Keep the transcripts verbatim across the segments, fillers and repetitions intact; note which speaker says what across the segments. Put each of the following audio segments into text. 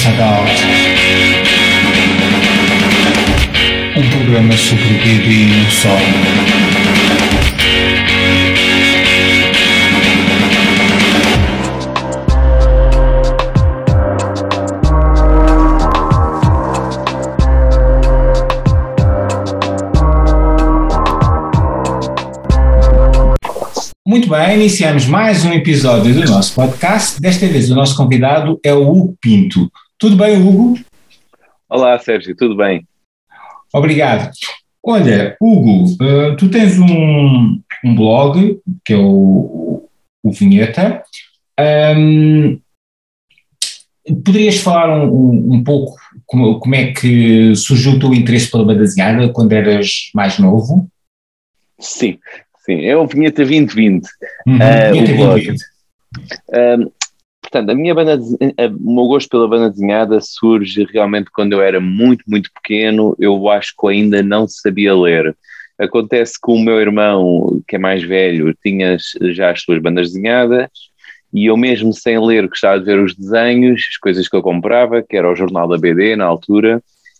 Speaker 1: Inside Out, um programa sobre o bebê e o sol. Muito bem, iniciamos mais um episódio do nosso podcast. Desta vez o nosso convidado é o Hugo Pinto. Tudo bem, Hugo?
Speaker 2: Olá, Sérgio, tudo bem?
Speaker 1: Obrigado. Olha, Hugo, uh, tu tens um, um blog, que é o, o Vinheta. Um, poderias falar um, um, um pouco como, como é que surgiu o teu interesse pela banda desenhada quando eras mais novo?
Speaker 2: Sim. Sim, é o Vinheta vinte vinte,
Speaker 1: Uhum,
Speaker 2: uh,
Speaker 1: Vinheta
Speaker 2: o blog.
Speaker 1: vinte vinte.
Speaker 2: Uh, portanto, a minha banda, o meu gosto pela banda desenhada surge realmente quando eu era muito, muito pequeno. Eu acho que ainda não sabia ler. Acontece que o meu irmão, que é mais velho, tinha já as suas bandas desenhadas e eu mesmo sem ler gostava de ver os desenhos, as coisas que eu comprava, que era o jornal da B D na altura.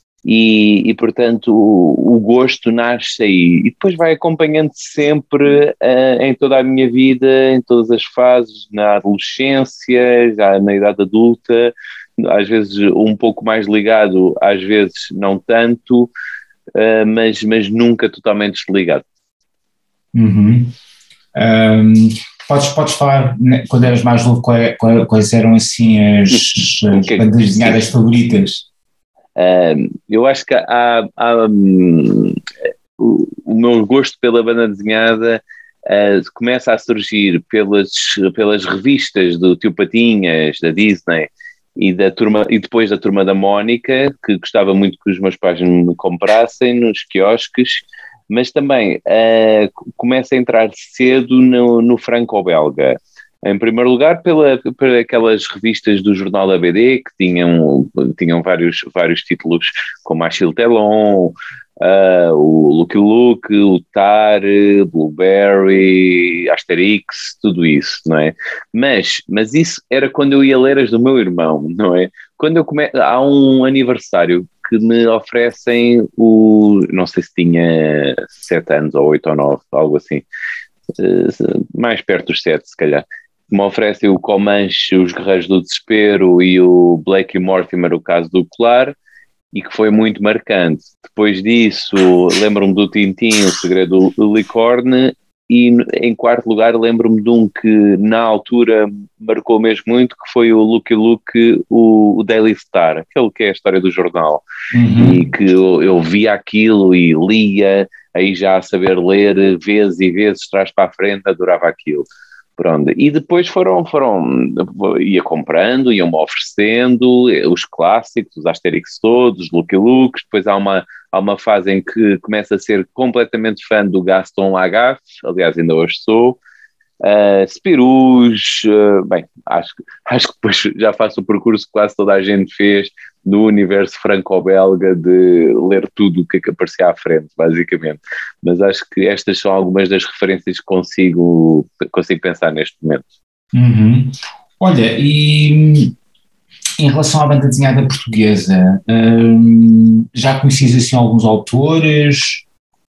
Speaker 2: E, e portanto o, o gosto nasce aí e depois vai acompanhando sempre uh, em toda a minha vida, em todas as fases, na adolescência, já na idade adulta, às vezes um pouco mais ligado, às vezes não tanto, uh, mas, mas nunca totalmente desligado.
Speaker 1: Uhum. Um, podes, podes falar, né, quando eras mais novo, quais, quais eram assim as, as
Speaker 2: que,
Speaker 1: bandas desenhadas favoritas?
Speaker 2: Uh, eu acho que há, há um, o, o meu gosto pela banda desenhada uh, começa a surgir pelas, pelas revistas do Tio Patinhas, da Disney e, da turma, e depois da Turma da Mónica, que gostava muito que os meus pais me comprassem nos quiosques, mas também uh, começa a entrar cedo no, no franco-belga. Em primeiro lugar, pela, por aquelas revistas do Jornal da B D que tinham, tinham vários, vários títulos, como Achille Telon, uh, o Lucky Luke, o Tar, Blueberry, Asterix, tudo isso, não é? Mas, mas isso era quando eu ia ler as do meu irmão, não é? Quando eu come... Há um aniversário que me oferecem o... não sei se tinha sete anos ou oito ou nove, algo assim, uh, mais perto dos sete, se calhar. Me oferecem o Comanche, os Guerreiros do Desespero e o Blake e Mortimer, o Caso do Colar, e que foi muito marcante. Depois disso, lembro-me do Tintin, o Segredo do Licorne, e em quarto lugar lembro-me de um que na altura marcou mesmo muito, que foi o Lucky Luke, o, o Daily Star, aquele que é a história do jornal, uhum. E que eu, eu via aquilo e lia, aí já a saber ler vezes e vezes, trás para a frente, adorava aquilo. Pronto. E depois foram, foram, ia comprando, iam-me oferecendo os clássicos, os Asterix todos, os Lucky Lukes. Depois há uma, há uma fase em que começo a ser completamente fã do Gaston Lagaffe, aliás ainda hoje sou, uh, Spirus, uh, bem, acho, acho que depois já faço o percurso que quase toda a gente fez no universo franco-belga de ler tudo o que, que aparecia à frente, basicamente. Mas acho que estas são algumas das referências que consigo, consigo pensar neste momento.
Speaker 1: Uhum. Olha, e em relação à banda desenhada portuguesa, hum, já conheces assim alguns autores?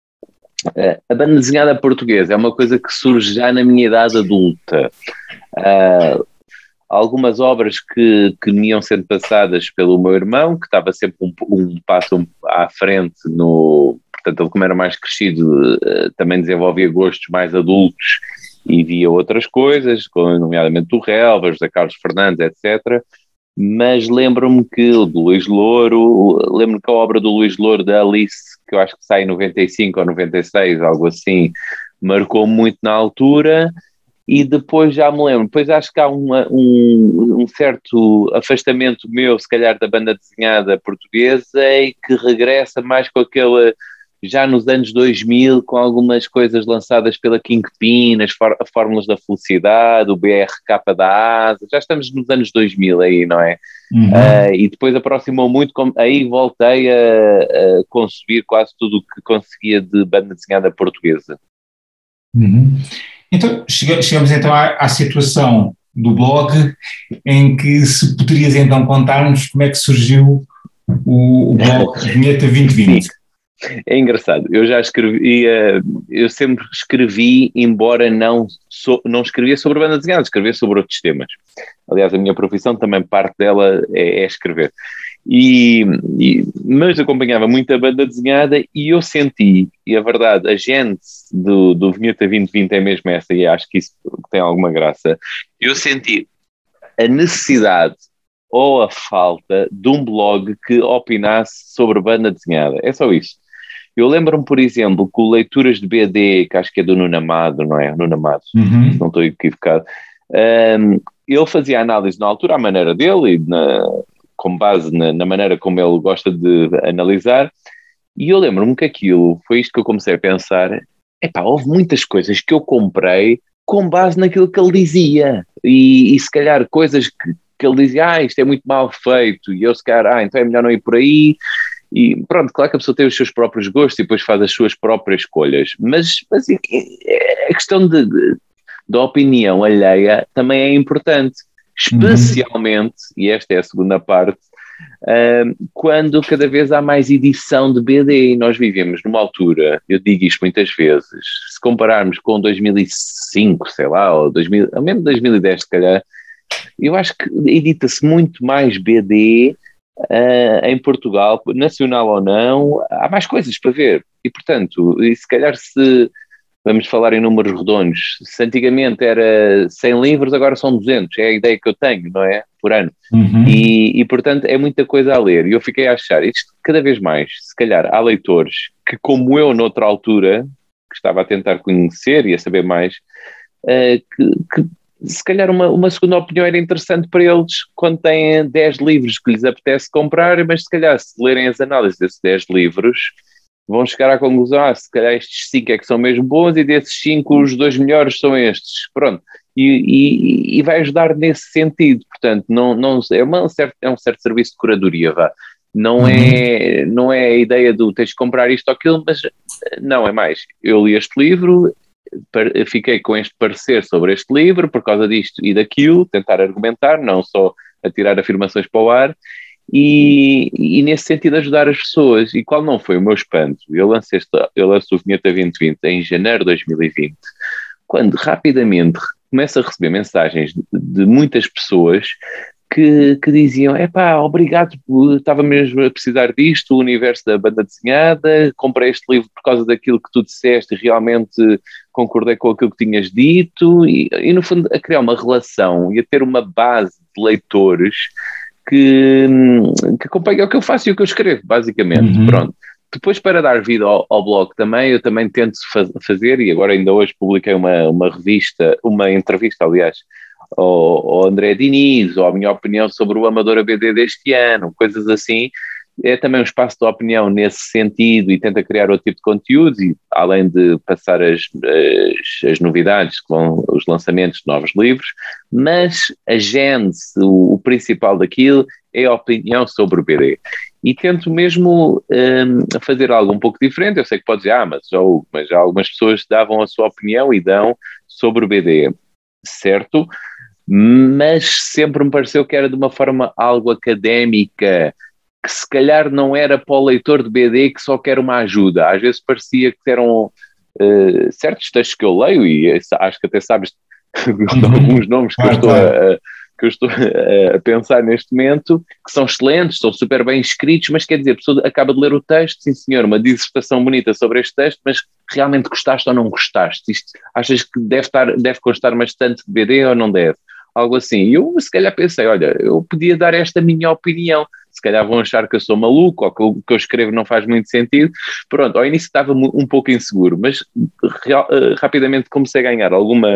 Speaker 2: A banda desenhada portuguesa é uma coisa que surge já na minha idade adulta. Uh, algumas obras que, que me iam sendo passadas pelo meu irmão, que estava sempre um, um passo à frente, no, portanto ele como era mais crescido também desenvolvia gostos mais adultos e via outras coisas, nomeadamente do Relvas, da Carlos Fernandes, etcétera. Mas lembro-me que o do Luís Louro, lembro-me que a obra do Luís Louro, da Alice, que eu acho que sai em noventa e cinco ou noventa e seis, algo assim, marcou muito na altura. E depois já me lembro, depois acho que há uma, um, um certo afastamento meu, se calhar, da banda desenhada portuguesa, e que regressa mais com aquele, já nos anos dois mil, com algumas coisas lançadas pela Kingpin, as for, Fórmulas da Felicidade, o B R K da Asa, já estamos nos anos dois mil aí, não é? Uhum. Uh, e depois aproximou muito, aí voltei a, a consumir quase tudo o que conseguia de banda desenhada portuguesa.
Speaker 1: Uhum. Então, chegamos então à, à situação do blog, em que se poderias então contar-nos como é que surgiu o, o blog Vinheta vinte vinte.
Speaker 2: Sim. É engraçado, eu já escrevi, eu sempre escrevi, embora não, so, não escrevia sobre banda desenhada, escrevia sobre outros temas. Aliás, a minha profissão também, parte dela é, é escrever. E, e, mas acompanhava muito a banda desenhada e eu senti, e a verdade, a gente do, do Vinheta vinte vinte é mesmo essa, e acho que isso tem alguma graça, eu senti a necessidade ou a falta de um blog que opinasse sobre banda desenhada. É só isso. Eu lembro-me, por exemplo, que o Leituras de B D, que acho que é do Nuno Amado, não é? Nuno Amado,
Speaker 1: Uhum.
Speaker 2: não estou equivocado. Um, ele fazia análise na altura, à maneira dele, e na, com base na, na maneira como ele gosta de analisar, e eu lembro-me que aquilo, foi isto que eu comecei a pensar, epá, houve muitas coisas que eu comprei com base naquilo que ele dizia, e, e se calhar coisas que, que ele dizia, ah, isto é muito mal feito, e eu se calhar, ah, então é melhor não ir por aí. E pronto, claro que a pessoa tem os seus próprios gostos e depois faz as suas próprias escolhas, mas, mas a questão de, de, da opinião alheia também é importante, especialmente, uhum. e esta é a segunda parte, uh, quando cada vez há mais edição de B D, e nós vivemos numa altura, eu digo isto muitas vezes, se compararmos com dois mil e cinco, sei lá, ou dois mil, ou mesmo dois mil e dez se calhar, eu acho que edita-se muito mais B D Uh, em Portugal, nacional ou não, há mais coisas para ver. E, portanto, e se calhar se vamos falar em números redondos, se antigamente era cem livros, agora são duzentos, é a ideia que eu tenho, não é? Por ano.
Speaker 1: Uhum.
Speaker 2: E, e, portanto, é muita coisa a ler. E eu fiquei a achar, isto cada vez mais, se calhar há leitores que, como eu, noutra altura, que estava a tentar conhecer e a saber mais, uh, que, que se calhar uma, uma segunda opinião era interessante para eles quando têm dez livros que lhes apetece comprar, mas se calhar se lerem as análises desses dez livros vão chegar à conclusão, ah, se calhar estes cinco é que são mesmo bons e desses cinco os dois melhores são estes, pronto, e, e, e vai ajudar nesse sentido, portanto não, não, é, uma, certo, é um certo serviço de curadoria, vá. Não, uhum. é, não é a ideia do tens de comprar isto ou aquilo, mas não, é mais, eu li este livro, fiquei com este parecer sobre este livro por causa disto e daquilo, tentar argumentar, não só a tirar afirmações para o ar e, e nesse sentido ajudar as pessoas. E qual não foi o meu espanto? Eu lancei, esta, eu lancei o Vinheta vinte vinte em janeiro de dois mil e vinte, quando rapidamente começo a receber mensagens de, de muitas pessoas que, que diziam, epá, obrigado, estava mesmo a precisar disto, o universo da banda desenhada, comprei este livro por causa daquilo que tu disseste e realmente concordei com aquilo que tinhas dito, e, e no fundo a criar uma relação e a ter uma base de leitores que, que acompanha o que eu faço e o que eu escrevo, basicamente, uhum. Pronto. Depois, para dar vida ao, ao blog também, eu também tento faz, fazer, e agora ainda hoje publiquei uma, uma revista, uma entrevista, aliás, ao, ao André Diniz, ou a minha opinião sobre o Amadora B D deste ano, coisas assim. É também um espaço de opinião nesse sentido e tenta criar outro tipo de conteúdo, e além de passar as, as, as novidades, com os lançamentos de novos livros, mas a gênese, o, o principal daquilo é a opinião sobre o B D. E tento mesmo um, fazer algo um pouco diferente. Eu sei que pode dizer, ah, mas já, mas já algumas pessoas davam a sua opinião e dão sobre o B D, certo? Mas sempre me pareceu que era de uma forma algo académica, que se calhar não era para o leitor de B D que só quer uma ajuda. Às vezes parecia que eram uh, certos textos que eu leio, e acho que até sabes de alguns nomes que eu estou a, a que eu estou a pensar neste momento, que são excelentes, são super bem escritos, mas quer dizer, a pessoa acaba de ler o texto, sim senhor, uma dissertação bonita sobre este texto, mas realmente gostaste ou não gostaste? Isto, achas que deve, estar, deve constar bastante de B D ou não deve? Algo assim. E eu se calhar pensei, olha, eu podia dar esta minha opinião, se calhar vão achar que eu sou maluco ou que o que eu escrevo não faz muito sentido. Pronto, ao início estava um pouco inseguro, mas real, rapidamente comecei a ganhar alguma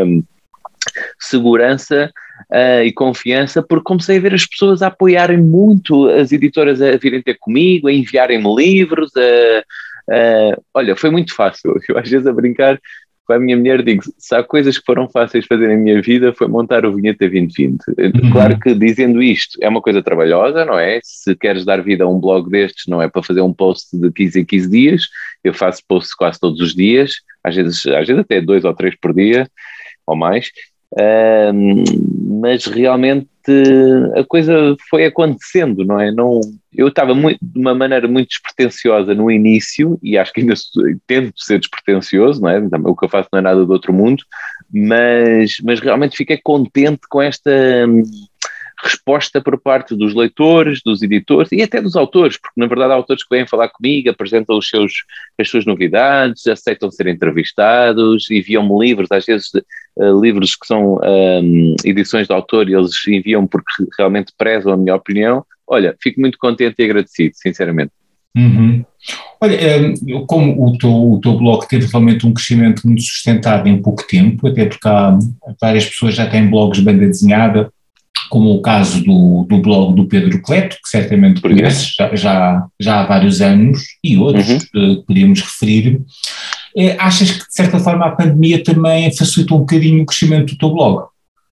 Speaker 2: segurança uh, e confiança, porque comecei a ver as pessoas a apoiarem muito, as editoras a virem ter comigo, a enviarem-me livros, a, a, olha, foi muito fácil. Eu às vezes a brincar com a minha mulher digo, se há coisas que foram fáceis de fazer na minha vida foi montar o Vinheta vinte vinte. Uhum. Claro que dizendo isto é uma coisa trabalhosa, não é? Se queres dar vida a um blog destes, não é para fazer um post de quinze em quinze dias, eu faço posts quase todos os dias, às vezes, às vezes até dois ou três por dia, ou mais. uh, mas realmente a coisa foi acontecendo, não é? Não, eu estava muito, de uma maneira muito despretensiosa no início, e acho que ainda tento ser despretensioso, não é? O que eu faço não é nada do outro mundo, mas, mas realmente fiquei contente com esta resposta por parte dos leitores, dos editores e até dos autores, porque na verdade há autores que vêm falar comigo, apresentam os seus, as suas novidades, aceitam ser entrevistados, enviam-me livros, às vezes uh, livros que são um, edições de autor e eles enviam porque realmente prezam a minha opinião. Olha, fico muito contente e agradecido, sinceramente.
Speaker 1: Uhum. Olha, como o teu, o teu blog teve realmente um crescimento muito sustentado em pouco tempo, até porque há várias pessoas já têm blogs de banda desenhada, como o caso do, do blog do Pedro Cleto, que certamente conheces, já, já, já há vários anos, e outros uhum. que podíamos referir. Achas que, de certa forma, a pandemia também facilitou um bocadinho o crescimento do teu blog?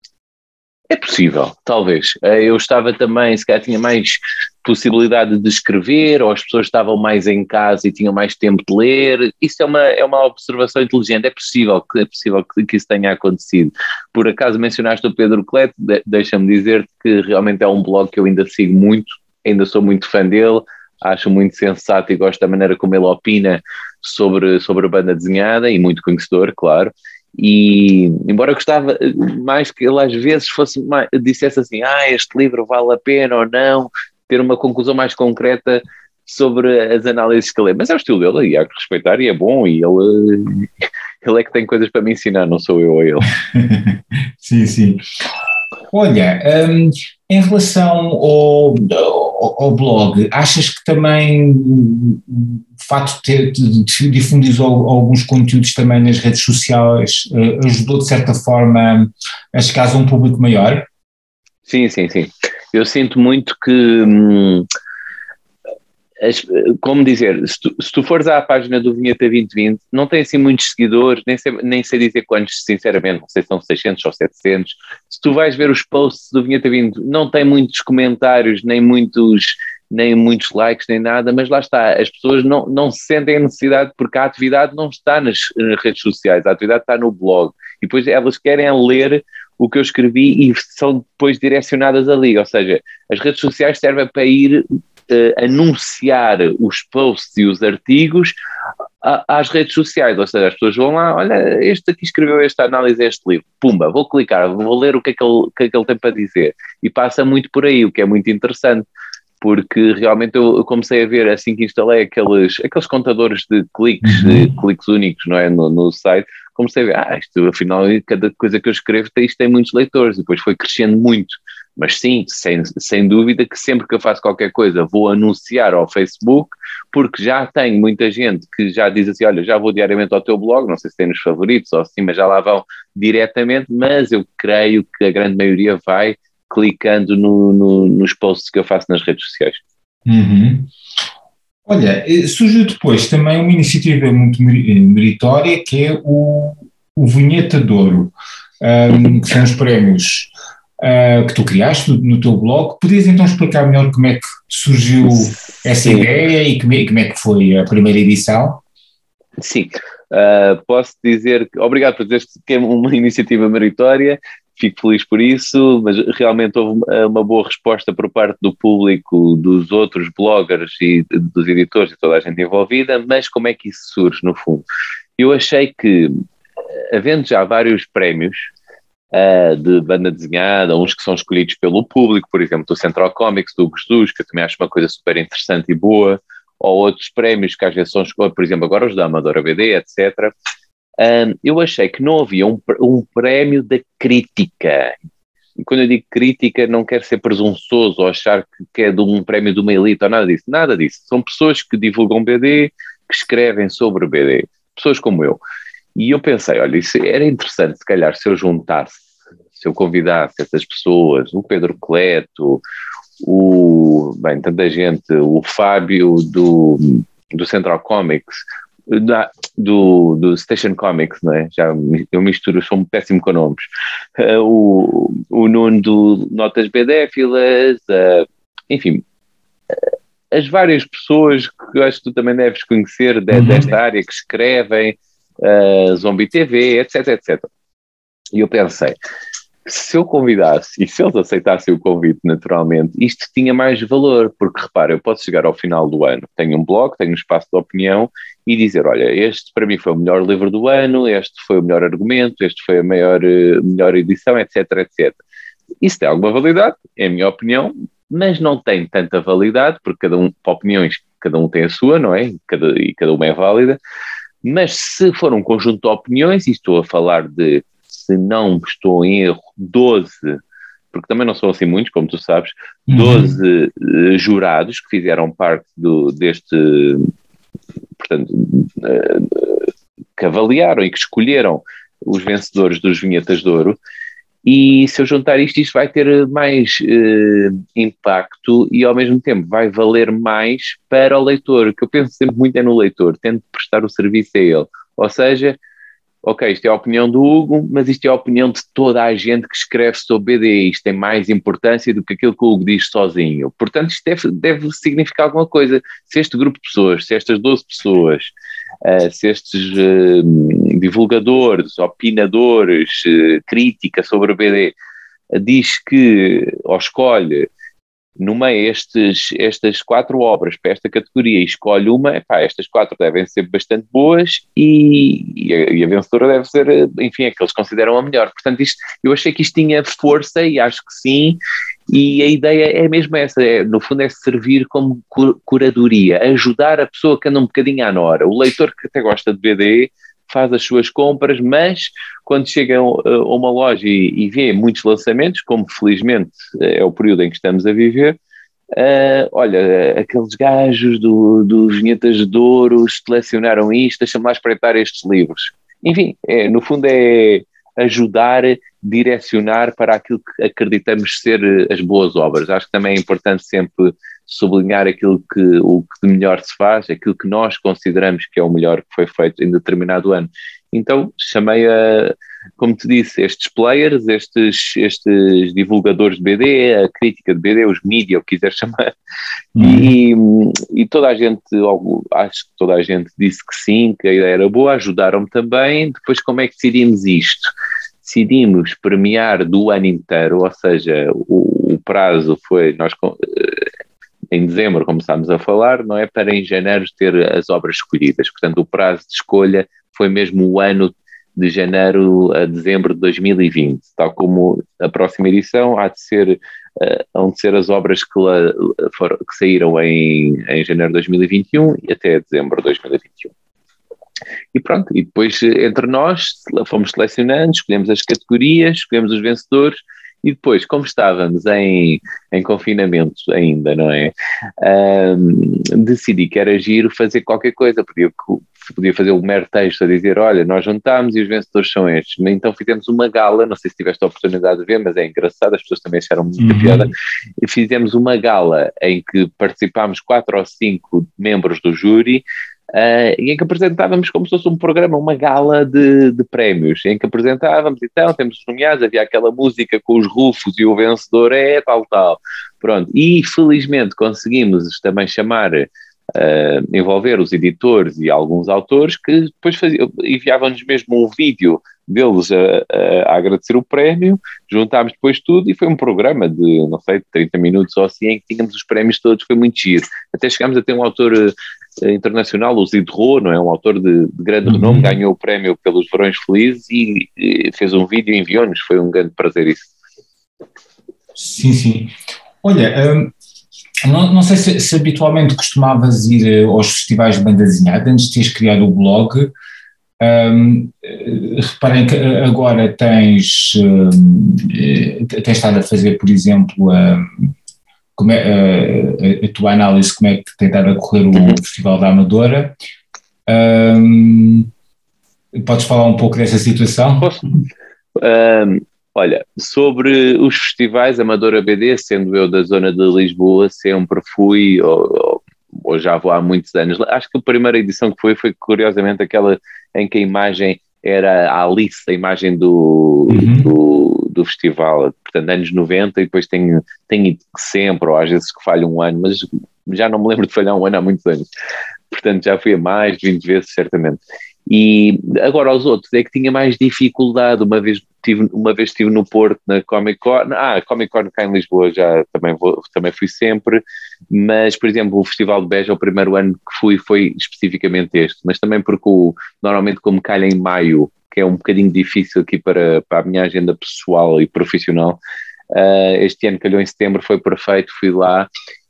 Speaker 2: É possível, talvez. Eu estava também, se calhar tinha mais possibilidade de escrever, ou as pessoas estavam mais em casa e tinham mais tempo de ler. Isso é uma, é uma observação inteligente. É possível, é possível que, que isso tenha acontecido. Por acaso mencionaste o Pedro Cleto, de, deixa-me dizer que realmente é um blog que eu ainda sigo muito, ainda sou muito fã dele, acho muito sensato e gosto da maneira como ele opina sobre, sobre a banda desenhada, e muito conhecedor, claro. E embora eu gostava mais que ele às vezes fosse mais, dissesse assim, ah, este livro vale a pena ou não, ter uma conclusão mais concreta sobre as análises que ele lê, mas é o estilo dele e há que respeitar, e é bom, e ele, ele é que tem coisas para me ensinar, não sou eu ou ele.
Speaker 1: Sim, sim. Olha, um, em relação ao, ao, ao blog, achas que também o facto de, ter, de, de difundir alguns conteúdos também nas redes sociais uh, ajudou de certa forma a chegar a um público maior?
Speaker 2: Sim, sim, sim. Eu sinto muito que, hum, as, como dizer, se tu, se tu fores à página do Vinheta vinte vinte, não tem assim muitos seguidores, nem sei, nem sei dizer quantos, sinceramente, não sei se são seiscentos ou setecentos. Se tu vais ver os posts do Vinheta vinte, não tem muitos comentários, nem muitos, nem muitos likes, nem nada, mas lá está, as pessoas não, não se sentem a necessidade, porque a atividade não está nas, nas redes sociais, a atividade está no blog, e depois elas querem ler o que eu escrevi e são depois direcionadas ali, ou seja, as redes sociais servem para ir Uh, anunciar os posts e os artigos a, às redes sociais, ou seja, as pessoas vão lá, olha, este aqui escreveu esta análise a este livro, pumba, vou clicar, vou ler o que é que ele, o que é que ele tem para dizer, e passa muito por aí, o que é muito interessante, porque realmente eu comecei a ver, assim que instalei aqueles, aqueles contadores de cliques, de cliques únicos, não é, no, no site, comecei a ver, ah, isto afinal, cada coisa que eu escrevo, isto tem muitos leitores, e depois foi crescendo muito. Mas sim, sem, sem dúvida que sempre que eu faço qualquer coisa vou anunciar ao Facebook, porque já tenho muita gente que já diz assim, olha, já vou diariamente ao teu blog, não sei se tem nos favoritos ou assim, mas já lá vão diretamente, mas eu creio que a grande maioria vai clicando no, no, nos posts que eu faço nas redes sociais.
Speaker 1: Uhum. Olha, surgiu depois também uma iniciativa muito meritória que é o, o Vinheta de Ouro, um, que são os prémios Uh, que tu criaste no, no teu blog. Podias então explicar melhor como é que surgiu essa Sim. ideia e como é, como é que foi a primeira edição?
Speaker 2: Sim, uh, posso dizer que, obrigado por dizer que é uma iniciativa meritória, fico feliz por isso, mas realmente houve uma boa resposta por parte do público, dos outros bloggers e dos editores e toda a gente envolvida, mas como é que isso surge no fundo? Eu achei que, havendo já vários prémios, Uh, de banda desenhada, uns que são escolhidos pelo público, por exemplo, do Central Comics, do Hugo Jesus, que eu também acho uma coisa super interessante e boa, ou outros prémios que às vezes são escolhidos, por exemplo, agora os da Amadora B D, etcétera. Um, eu achei que não havia um, um prémio da crítica. E quando eu digo crítica, não quero ser presunçoso ou achar que, que é de um prémio de uma elite ou nada disso. Nada disso. São pessoas que divulgam B D, que escrevem sobre B D. Pessoas como eu. E eu pensei, olha, isso era interessante, se calhar, se eu juntasse, se eu convidasse essas pessoas, o Pedro Cleto, o, bem, tanta gente, o Fábio do, do Central Comics, da, do, do Station Comics, não é? Já eu misturo, sou um péssimo com nomes, uh, o, o Nuno do Notas Bedéfilas, uh, enfim, uh, as várias pessoas que eu acho que tu também deves conhecer de, uhum. desta área, que escrevem, Uh, Zombie T V, etc, etcétera. E eu pensei, se eu convidasse e se eles aceitassem o convite naturalmente, isto tinha mais valor, porque repara, eu posso chegar ao final do ano, tenho um blog, tenho um espaço de opinião e dizer, olha, este para mim foi o melhor livro do ano, este foi o melhor argumento, este foi a maior, melhor edição, etc, etcétera. Isso tem alguma validade, é a minha opinião, mas não tem tanta validade, porque cada um, para opiniões, cada um tem a sua, não é? Cada, e cada uma é válida, mas se for um conjunto de opiniões, e estou a falar de, se não estou em erro, doze, porque também não são assim muitos, como tu sabes, doze uhum. uh, jurados que fizeram parte do, deste, portanto, uh, que avaliaram e que escolheram os vencedores dos Vinhetas de Ouro, e se eu juntar isto, isto vai ter mais uh, impacto e ao mesmo tempo vai valer mais para o leitor, o que eu penso sempre muito é no leitor, tento prestar o serviço a ele, ou seja, ok, isto é a opinião do Hugo, mas isto é a opinião de toda a gente que escreve sobre B D, isto tem mais importância do que aquilo que o Hugo diz sozinho, portanto isto deve, deve significar alguma coisa, se este grupo de pessoas, se estas doze pessoas, uh, se estes uh, divulgadores, opinadores, uh, crítica sobre o B D, uh, diz que, ou escolhe, no meio estes, estas quatro obras para esta categoria e escolhe uma, epá, estas quatro devem ser bastante boas e, e, a, e a vencedora deve ser, enfim, é que eles consideram a melhor. Portanto, isto, eu achei que isto tinha força e acho que sim, e a ideia é mesmo essa, é, no fundo é servir como curadoria, ajudar a pessoa que anda um bocadinho à nora, o leitor que até gosta de B D, faz as suas compras, mas quando chega a uma loja e, e vê muitos lançamentos, como felizmente é o período em que estamos a viver, uh, olha, aqueles gajos do, dos Vinhetas de Ouro selecionaram isto, deixa-me lá espreitar estes livros. Enfim, é, no fundo é ajudar, direcionar para aquilo que acreditamos ser as boas obras. Acho que também é importante sempre sublinhar aquilo que, o que de melhor se faz, aquilo que nós consideramos que é o melhor que foi feito em determinado ano. Então chamei a, como te disse, estes players, estes, estes divulgadores de B D, a crítica de B D, os mídia, o que quiser chamar, uhum. e, e toda a gente, acho que toda a gente disse que sim, que a ideia era boa, ajudaram-me também. Depois como é que decidimos isto? Decidimos premiar do ano inteiro, ou seja, o, o prazo foi, nós em dezembro começámos a falar, não é, para em janeiro ter as obras escolhidas, portanto o prazo de escolha foi mesmo o ano de janeiro a dezembro de dois mil e vinte, tal como a próxima edição há de ser, uh, hão de ser as obras que, la, for, que saíram em, em janeiro de dois mil e vinte e um e até dezembro de dois mil e vinte e um. E pronto, e depois entre nós fomos selecionando, escolhemos as categorias, escolhemos os vencedores e depois, como estávamos em, em confinamento ainda, não é? Um, decidi que era giro fazer qualquer coisa, podia, podia fazer um mero texto a dizer, olha, nós juntámos e os vencedores são estes. Então fizemos uma gala, não sei se tiveste a oportunidade de ver, mas é engraçado, as pessoas também acharam muita uhum. piada, e fizemos uma gala em que participámos quatro ou cinco membros do júri, Uh, em que apresentávamos como se fosse um programa, uma gala de, de prémios, em que apresentávamos, então, temos os nomeados, havia aquela música com os rufos e o vencedor é tal, tal. Pronto, e felizmente conseguimos também chamar, uh, envolver os editores e alguns autores que depois faziam, enviavam-nos mesmo um vídeo deles a, a, a agradecer o prémio, juntámos depois tudo e foi um programa de, não sei, trinta minutos ou assim, em que tínhamos os prémios todos, foi muito giro. Até chegámos a ter um autor internacional, o Zidro, não é? Um autor de, de grande uhum. renome, ganhou o prémio pelos Verões Felizes e, e fez um vídeo e enviou-nos, foi um grande prazer isso.
Speaker 1: Sim, sim. Olha, hum, não, não sei se, se habitualmente costumavas ir aos festivais de banda desenhada antes de teres criado o blog. Um, reparem que agora tens, um, tens estado a fazer, por exemplo, um, como é, a, a, a tua análise, como é que tem estado a correr o uhum. Festival da Amadora. Um, podes falar um pouco dessa situação?
Speaker 2: Posso? Um, olha, sobre os festivais Amadora B D, sendo eu da zona de Lisboa, sempre fui, ou, ou já vou há muitos anos. Acho que a primeira edição que foi, foi curiosamente aquela em que a imagem era a Alice, a imagem do, uhum. do, do festival, portanto, anos noventa, e depois tenho, tenho ido sempre, ou às vezes que falho um ano, mas já não me lembro de falhar um ano há muitos anos. Portanto, já fui a mais de vinte vezes, certamente. E agora aos outros é que tinha mais dificuldade. Uma vez estive, uma vez estive no Porto, na Comic Con, ah, Comic Con cá em Lisboa já também, vou, também fui sempre, mas, por exemplo, o Festival de Beja, o primeiro ano que fui foi especificamente este, mas também porque o, normalmente como calha em maio, que é um bocadinho difícil aqui para, para a minha agenda pessoal e profissional, uh, este ano calhou em setembro, foi perfeito, fui lá.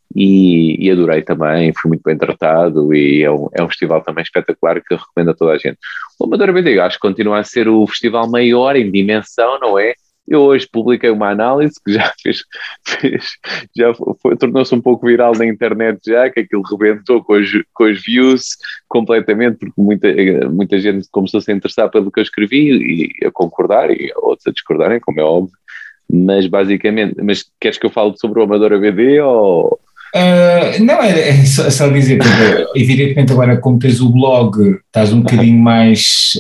Speaker 2: E, e adorei também, fui muito bem tratado e é um, é um festival também espetacular que eu recomendo a toda a gente. O Amadora B D, acho que continua a ser o festival maior em dimensão, não é? Eu hoje publiquei uma análise que já fez, fez já foi, tornou-se um pouco viral na internet já, que aquilo rebentou com as, com as views completamente, porque muita, muita gente começou-se a interessar pelo que eu escrevi e a concordar e outros a discordarem, como é óbvio, mas basicamente, mas queres que eu fale sobre o Amadora B D ou...
Speaker 1: Uh, não, é, é só, só dizer, evidentemente agora como tens o blog, estás um bocadinho mais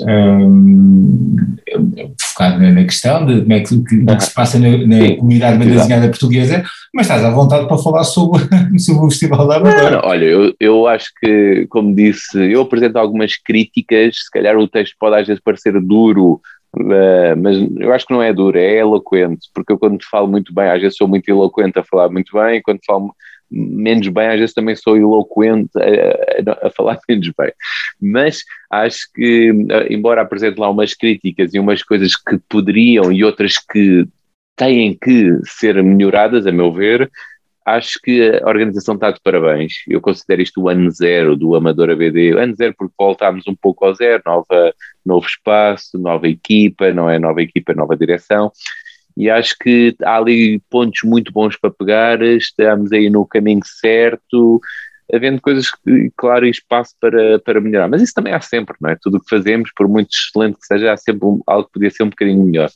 Speaker 1: um, focado na questão de como é que, que, do que se passa na, na comunidade banda desenhada portuguesa, mas estás à vontade para falar sobre, sobre o Festival da Amadora.
Speaker 2: Não, olha, eu, eu acho que, como disse, eu apresento algumas críticas, se calhar o texto pode às vezes parecer duro, Uh, mas eu acho que não é duro, é eloquente, porque eu quando falo muito bem, às vezes sou muito eloquente a falar muito bem, e quando falo menos bem, às vezes também sou eloquente a, a, a falar menos bem, mas acho que, embora apresente lá umas críticas e umas coisas que poderiam e outras que têm que ser melhoradas, a meu ver, acho que a organização está de parabéns. Eu considero isto o ano zero do Amadora B D, ano zero porque voltámos um pouco ao zero, nova, novo espaço, nova equipa, não é nova equipa, nova direção, e acho que há ali pontos muito bons para pegar, estamos aí no caminho certo, havendo coisas, que, claro, e espaço para, para melhorar, mas isso também há sempre, não é? Tudo o que fazemos, por muito excelente que seja, há sempre um, algo que podia ser um bocadinho melhor.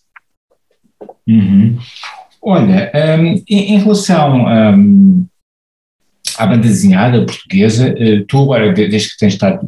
Speaker 1: Uhum. Olha, um, em, em relação um, à banda desenhada portuguesa, uh, tu agora, desde que tens estado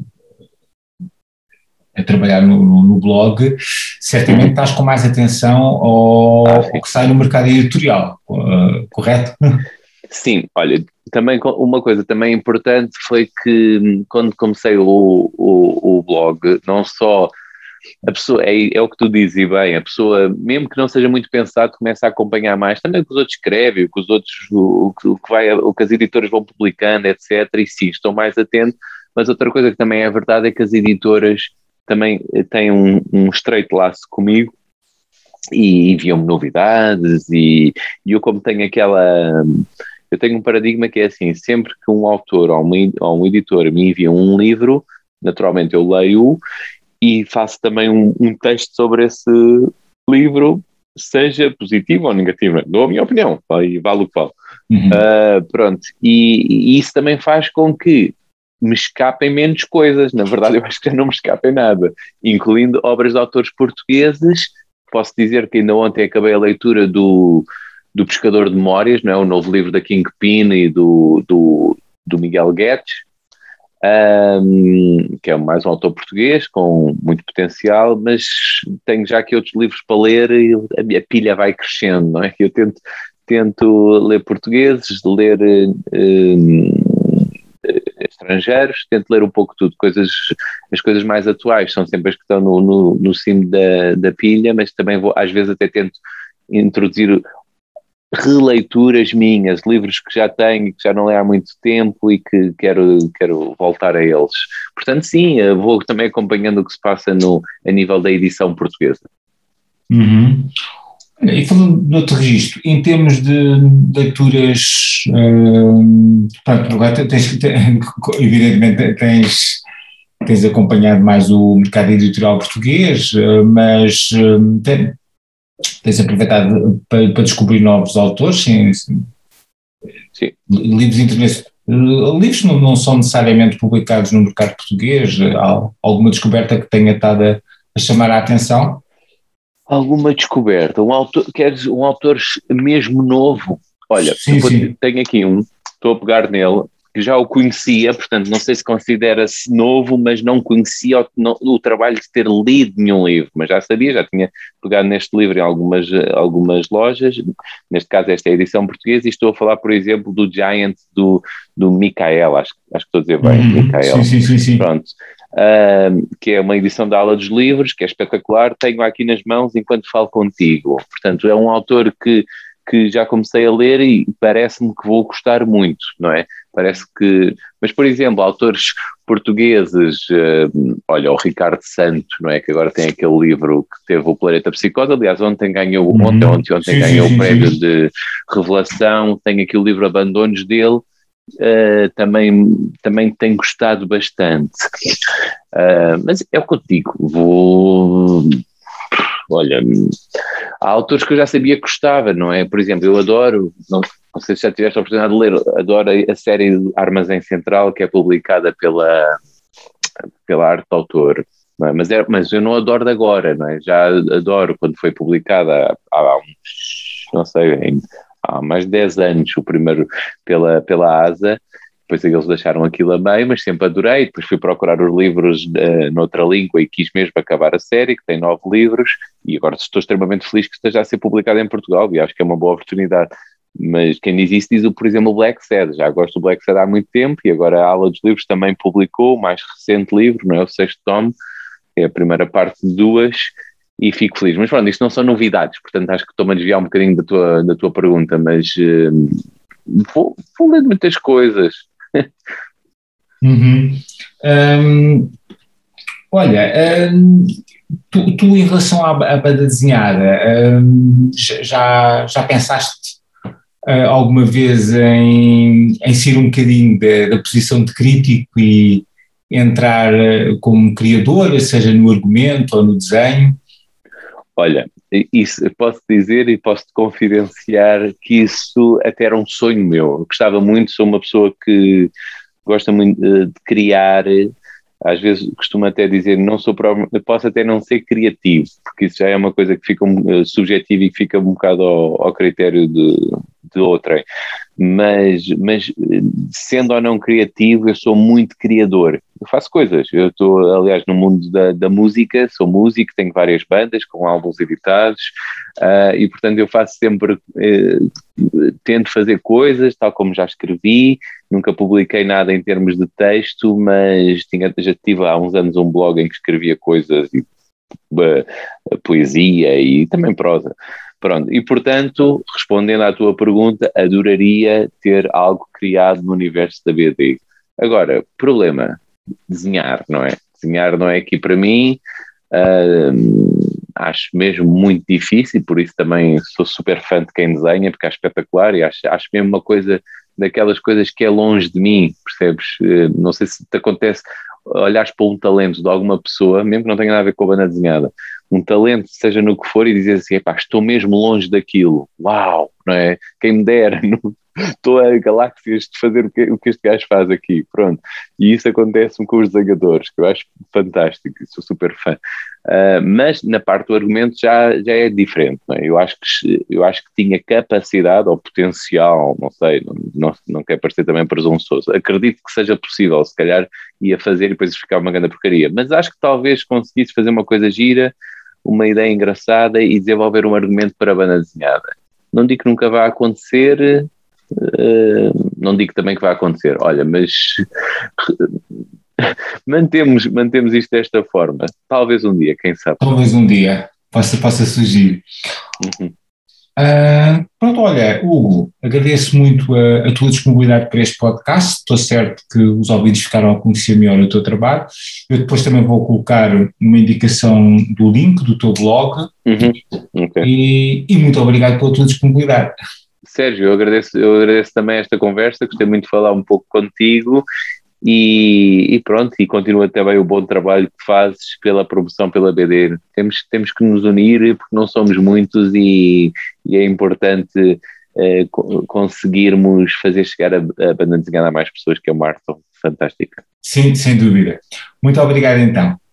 Speaker 1: a trabalhar no, no, no blog, certamente estás com mais atenção ao, ah, ao que sai no mercado editorial, uh, correto?
Speaker 2: Sim, olha, também uma coisa também importante foi que quando comecei o, o, o blog, não só a pessoa, é, é o que tu dizes e bem, a pessoa, mesmo que não seja muito pensado, começa a acompanhar mais também o que os outros escrevem, o que os outros, o, o, que vai, o que as editoras vão publicando, etcétera. E sim, estou mais atento, mas outra coisa que também é verdade é que as editoras também têm um, um estreito laço comigo e enviam-me novidades e, e eu como tenho aquela... Eu tenho um paradigma que é assim, sempre que um autor ou, uma, ou um editor me envia um livro, naturalmente eu leio e faço também um, um texto sobre esse livro, seja positivo ou negativo, dou a minha opinião, e vale o que vale. Uhum. Uh, pronto, e, e isso também faz com que me escapem menos coisas, na verdade eu acho que já não me escapem nada, incluindo obras de autores portugueses. Posso dizer que ainda ontem acabei a leitura do, do Pescador de Memórias, não é? O novo livro da Kingpin e do, do, do Miguel Guedes, Um, que é mais um autor português com muito potencial, mas tenho já aqui outros livros para ler e a minha pilha vai crescendo, não é? Eu tento, tento ler portugueses, ler um, estrangeiros, tento ler um pouco tudo, coisas, as coisas mais atuais são sempre as que estão no, no, no cimo da, da pilha, mas também vou, às vezes até tento introduzir releituras minhas, livros que já tenho e que já não leio há muito tempo e que quero, quero voltar a eles. Portanto, sim, vou também acompanhando o que se passa no, a nível da edição portuguesa.
Speaker 1: Uhum. E falando de outro registro, em termos de leituras, hum, pronto, agora tens, tens, evidentemente tens, tens acompanhado mais o mercado editorial português, mas hum, tem, tens aproveitado para, para descobrir novos autores, sim, sim.
Speaker 2: Sim.
Speaker 1: Livros internacionais, livros não, não são necessariamente publicados no mercado português, há alguma descoberta que tenha estado a, a chamar a atenção?
Speaker 2: Alguma descoberta? Um autor, queres um autor mesmo novo? Olha,
Speaker 1: sim,
Speaker 2: vou,
Speaker 1: sim.
Speaker 2: tenho aqui um, estou a pegar nele, que já o conhecia, portanto não sei se considera-se novo, mas não conhecia o, não, o trabalho de ter lido nenhum livro, mas já sabia, já tinha pegado neste livro em algumas, algumas lojas, neste caso esta é a edição portuguesa, e estou a falar, por exemplo, do Giant do, do Michael, acho, acho que estou a dizer bem,
Speaker 1: uhum,
Speaker 2: Michael.
Speaker 1: Sim, sim, sim, sim.
Speaker 2: Pronto. uh, que é uma edição da Ala dos Livros, que é espetacular, tenho aqui nas mãos enquanto falo contigo. Portanto, é um autor que, que já comecei a ler e parece-me que vou gostar muito, não é? Parece que... Mas, por exemplo, autores portugueses, uh, olha, o Ricardo Santos, não é? Que agora tem aquele livro que teve o Planeta Psicose, aliás, ontem ganhou,
Speaker 1: Uhum.
Speaker 2: ontem, ontem, ontem
Speaker 1: Sim,
Speaker 2: ganhou
Speaker 1: sim,
Speaker 2: o prémio
Speaker 1: sim.
Speaker 2: de revelação, tem aqui o livro Abandonos dele, uh, também, também tenho gostado bastante. Uh, mas é o que eu digo, vou... Olha, há autores que eu já sabia que gostava, não é? Por exemplo, eu adoro, não, não sei se já tiveste a oportunidade de ler, adoro a série Armazém Central, que é publicada pela, pela Arte do Autor, não é? Mas, é, mas eu não adoro de agora, não é? Já adoro quando foi publicada há, há uns, não sei, há mais de dez anos, o primeiro pela, pela ASA. Depois eles deixaram aquilo a meio, mas sempre adorei. Depois fui procurar os livros uh, noutra língua e quis mesmo acabar a série, que tem nove livros, e agora estou extremamente feliz que esteja a ser publicado em Portugal, e acho que é uma boa oportunidade. Mas quem diz isso diz, por exemplo, o Black Sad. Já gosto do Black Sad há muito tempo, e agora a Ala dos Livros também publicou o mais recente livro, não é? O sexto tomo, é a primeira parte de duas, e fico feliz. Mas pronto, isto não são novidades, portanto acho que estou-me a desviar um bocadinho da tua, da tua pergunta, mas uh, vou, vou ler muitas coisas.
Speaker 1: Uhum. Um, olha, um, tu, tu em relação à, à banda desenhada, um, já, já pensaste uh, alguma vez em, em sair um bocadinho da, da posição de crítico e entrar uh, como criador, seja no argumento ou no desenho?
Speaker 2: Olha, isso eu posso dizer e posso-te confidenciar que isso até era um sonho meu. Eu gostava muito, sou uma pessoa que gosta muito de criar, às vezes costumo até dizer, não sou próprio, posso até não ser criativo, porque isso já é uma coisa que fica um, subjetiva e que fica um bocado ao, ao critério de, de outrem, mas, mas sendo ou não criativo, eu sou muito criador. Eu faço coisas, eu estou aliás no mundo da, da música, sou músico, tenho várias bandas com álbuns editados, uh, e portanto eu faço sempre, uh, tento fazer coisas, tal como já escrevi, nunca publiquei nada em termos de texto, mas tinha, já tive há uns anos um blog em que escrevia coisas, e, uh, poesia e também prosa. Pronto, e portanto, respondendo à tua pergunta, adoraria ter algo criado no universo da B D. Agora, problema, desenhar, não é? Desenhar não é aqui para mim, uh, acho mesmo muito difícil, por isso também sou super fã de quem desenha, porque é espetacular e acho, acho mesmo uma coisa daquelas coisas que é longe de mim, percebes? Uh, não sei se te acontece olhares para um talento de alguma pessoa, mesmo que não tenha nada a ver com a banda desenhada, um talento, seja no que for, e dizer assim, epá, estou mesmo longe daquilo, uau, não é? Quem me dera, não, estou a galáxias de fazer o que, o que este gajo faz aqui, pronto. E isso acontece-me com os desenhadores, que eu acho fantástico, sou super fã. Uh, mas na parte do argumento já, já é diferente, não é? Eu acho que, eu acho que tinha capacidade ou potencial, não sei, não, não, não quero parecer também presunçoso, acredito que seja possível, se calhar ia fazer e depois ficar uma grande porcaria, mas acho que talvez conseguisse fazer uma coisa gira, uma ideia engraçada e desenvolver um argumento para a banda desenhada. Não digo que nunca vai acontecer, uh, não digo também que vai acontecer, olha, mas mantemos, mantemos isto desta forma, talvez um dia, quem sabe.
Speaker 1: Talvez um dia possa, possa surgir.
Speaker 2: Uhum.
Speaker 1: Uh, pronto, olha, Hugo, agradeço muito a, a tua disponibilidade para este podcast. Estou certo que os ouvintes ficaram a conhecer melhor o teu trabalho. Eu depois também vou colocar uma indicação do link do teu blog.
Speaker 2: Uhum. Okay.
Speaker 1: E, e muito obrigado pela tua disponibilidade.
Speaker 2: Sérgio, eu agradeço, eu agradeço também esta conversa, gostei muito de falar um pouco contigo. E, e pronto, e continua também o bom trabalho que fazes pela promoção pela B D. Temos, temos que nos unir porque não somos muitos e, e é importante eh, conseguirmos fazer chegar a, a banda desenhada a mais pessoas, que é uma arte fantástica.
Speaker 1: Sim, sem dúvida. Muito obrigado então.